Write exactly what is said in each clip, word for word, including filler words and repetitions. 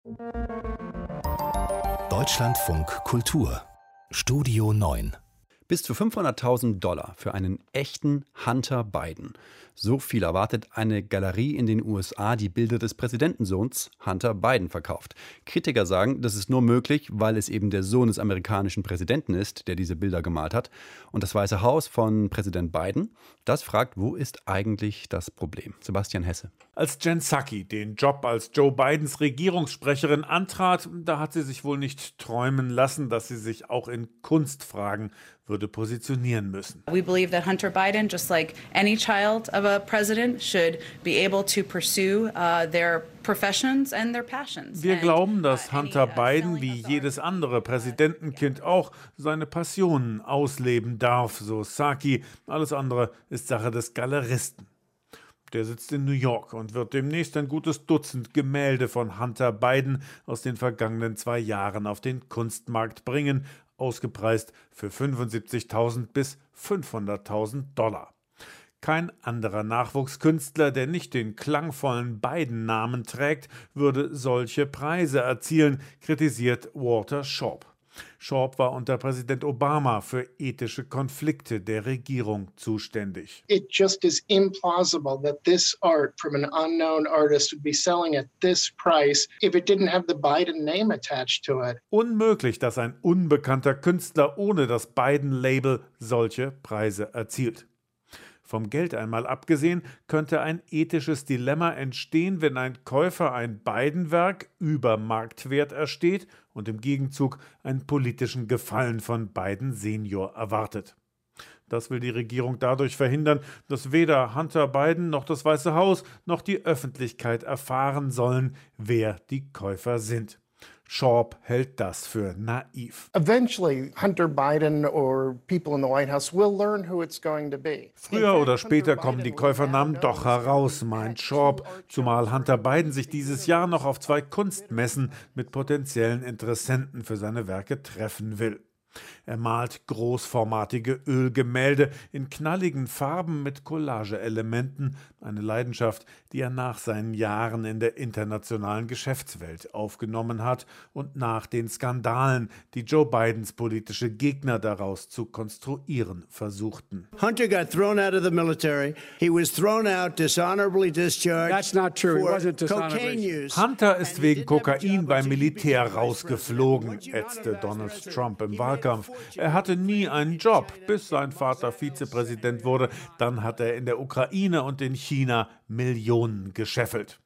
Deutschlandfunk Kultur Studio neun. Bis zu fünfhunderttausend Dollar für einen echten Hunter Biden. So viel erwartet eine Galerie in den U S A, die Bilder des Präsidentensohns Hunter Biden verkauft. Kritiker sagen, das ist nur möglich, weil es eben der Sohn des amerikanischen Präsidenten ist, der diese Bilder gemalt hat. Und das Weiße Haus von Präsident Biden, das fragt, wo ist eigentlich das Problem? Sebastian Hesse. Als Jen Psaki den Job als Joe Bidens Regierungssprecherin antrat, da hat sie sich wohl nicht träumen lassen, dass sie sich auch in Kunstfragen würde positionieren müssen. We believe that Hunter Biden, just like any child of a president, should be able to pursue uh, their professions and their passions. Wir glauben, dass Hunter Biden wie jedes andere Präsidentenkind auch seine Passionen ausleben darf, so Psaki. Alles andere ist Sache des Galeristen. Der sitzt in New York und wird demnächst ein gutes Dutzend Gemälde von Hunter Biden aus den vergangenen zwei Jahren auf den Kunstmarkt bringen, ausgepreist für fünfundsiebzigtausend bis fünfhunderttausend Dollar. Kein anderer Nachwuchskünstler, der nicht den klangvollen Biden-Namen trägt, würde solche Preise erzielen, kritisiert Walter Shaub. Shaub war unter Präsident Obama für ethische Konflikte der Regierung zuständig. It just is implausible that this art from an unknown artist would be selling at this price if it didn't have the Biden name attached to it. Unmöglich, dass ein unbekannter Künstler ohne das Biden-Label solche Preise erzielt. Vom Geld einmal abgesehen, könnte ein ethisches Dilemma entstehen, wenn ein Käufer ein Biden-Werk über Marktwert ersteht und im Gegenzug einen politischen Gefallen von Biden Senior erwartet. Das will die Regierung dadurch verhindern, dass weder Hunter Biden noch das Weiße Haus noch die Öffentlichkeit erfahren sollen, wer die Käufer sind. Shaub hält das für naiv. Eventually, Hunter Biden or people in the White House will learn who it's going to be. Früher oder später kommen die Käufernamen doch heraus, meint Shaub, zumal Hunter Biden sich dieses Jahr noch auf zwei Kunstmessen mit potenziellen Interessenten für seine Werke treffen will. Er malt großformatige Ölgemälde in knalligen Farben mit Collage-Elementen, eine Leidenschaft, die er nach seinen Jahren in der internationalen Geschäftswelt aufgenommen hat und nach den Skandalen, die Joe Bidens politische Gegner daraus zu konstruieren versuchten. Hunter got thrown out of the military. He was thrown out, dishonorably discharged. That's not true. He wasn't dishonorably. Hunter ist wegen Kokain beim Militär rausgeflogen, ätzte Donald Trump im Wahlkampf. Er hatte nie einen Job, bis sein Vater Vizepräsident wurde. Dann hat er in der Ukraine und in China Millionen gescheffelt.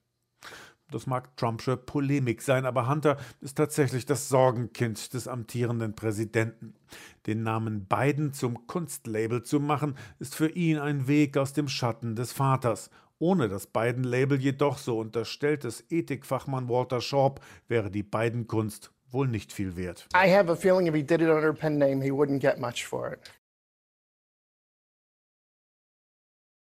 Das mag Trumpsche Polemik sein, aber Hunter ist tatsächlich das Sorgenkind des amtierenden Präsidenten. Den Namen Biden zum Kunstlabel zu machen, ist für ihn ein Weg aus dem Schatten des Vaters. Ohne das Biden-Label jedoch, so unterstellt es Ethikfachmann Walter Shaub, wäre die Biden-Kunst wohl nicht viel wert. I have a feeling if he did it under a pen name, he wouldn't get much for it.